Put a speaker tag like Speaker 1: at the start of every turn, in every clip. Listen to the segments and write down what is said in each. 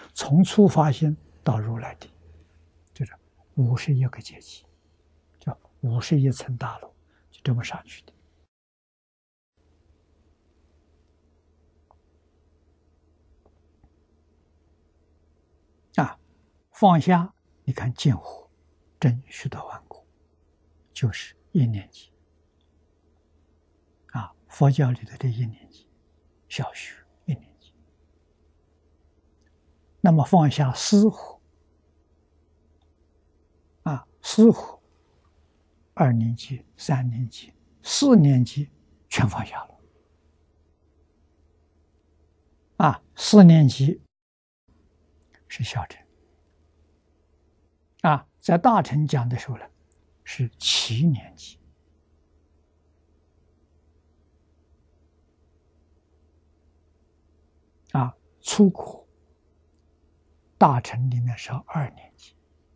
Speaker 1: 从初发心到如来地，就是51个阶级，叫51层大楼，就这么上去的。放下，你看见火真虚的顽固，就是1年级。佛教里的这1年级，小学1年级。那么放下私火，私火2年级、3年级、4年级全放下了。4年级是小乘。在大乘讲的时候呢，是7年级。出国大乘里面是2年级。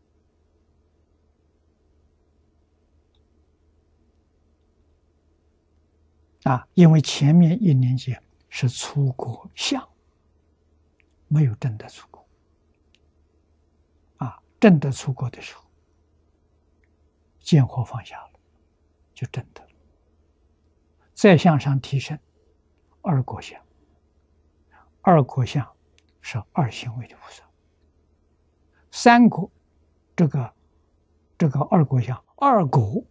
Speaker 1: 因为前面1年级是出国相，没有真的出国。真的出国的时候，见火放下了，就真的了。再向上提升2果相，2果相是2行为的菩萨。3果，这个2果相，2果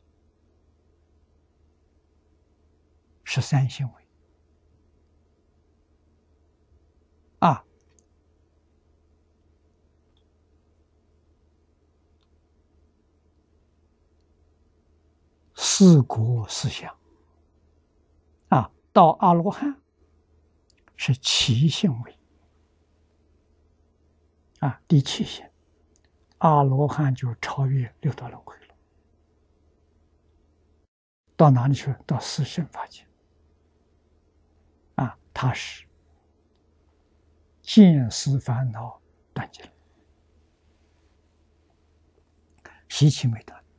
Speaker 1: 是3行为。4果4相。到阿罗汉是7行为。第7行，阿罗汉就超越6道轮回了。到哪里去？到四圣法界。他是见思烦恼断尽了，习气没断。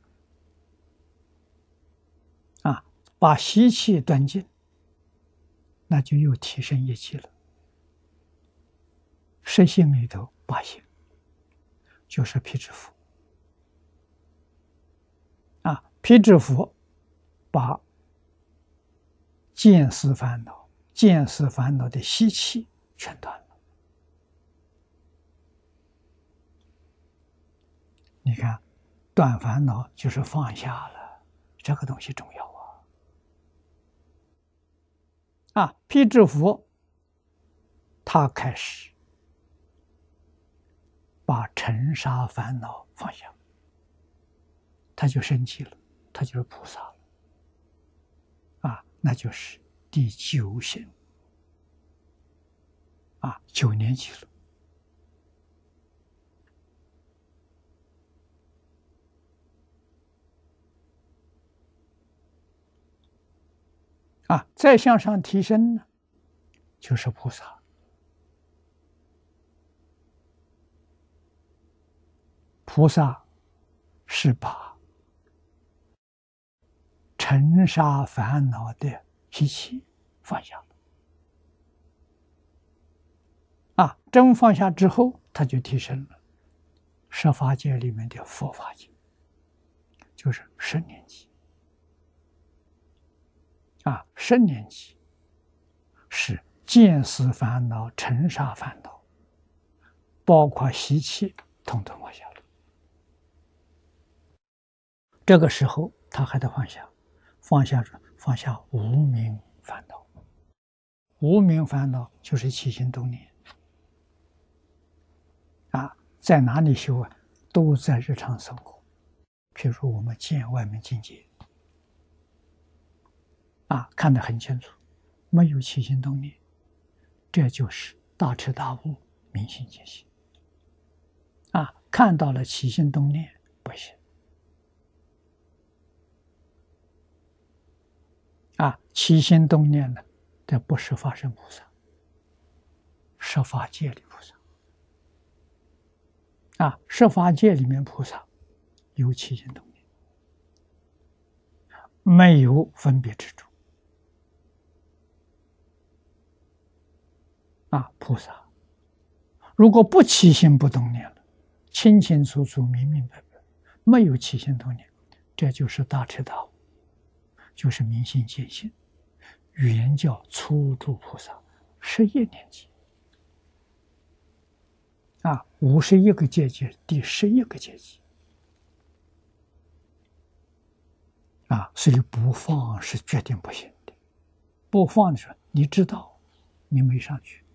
Speaker 1: 把习气断尽，那就又提升业气了。10行里头8行，就是辟支佛。辟支佛把见思烦恼的习气全断了。你看，断烦恼就是放下了，这个东西重要辟支佛他开始把尘沙烦恼放下，他就升起了，他就是菩萨了。那就是第9行，9年级了。再向上提升呢，就是菩萨。菩萨是把尘沙烦恼的习气放下了。真放下之后，他就提升了十法界里面的佛法界，就是10年级。10年级是见思烦恼、尘沙烦恼，包括习气，统统放下了。这个时候他还得放下无明烦恼。无明烦恼就是起心动念。在哪里修都在日常生活。譬如我们见外面境界，看得很清楚，没有起心动念，这就是大彻大悟、明心见性。看到了起心动念不行。起心动念呢，这不是法身菩萨，十法界里菩萨。十法界里面菩萨有起心动念，没有分别执着。菩萨如果不起心不动念了，清清楚楚、明明白白，没有起心动念，这就是大彻大悟，就是明心见性。原叫初住菩萨11年级51个阶级，第11个阶级所以不放是决定不行的。不放的时候，你知道你没上去，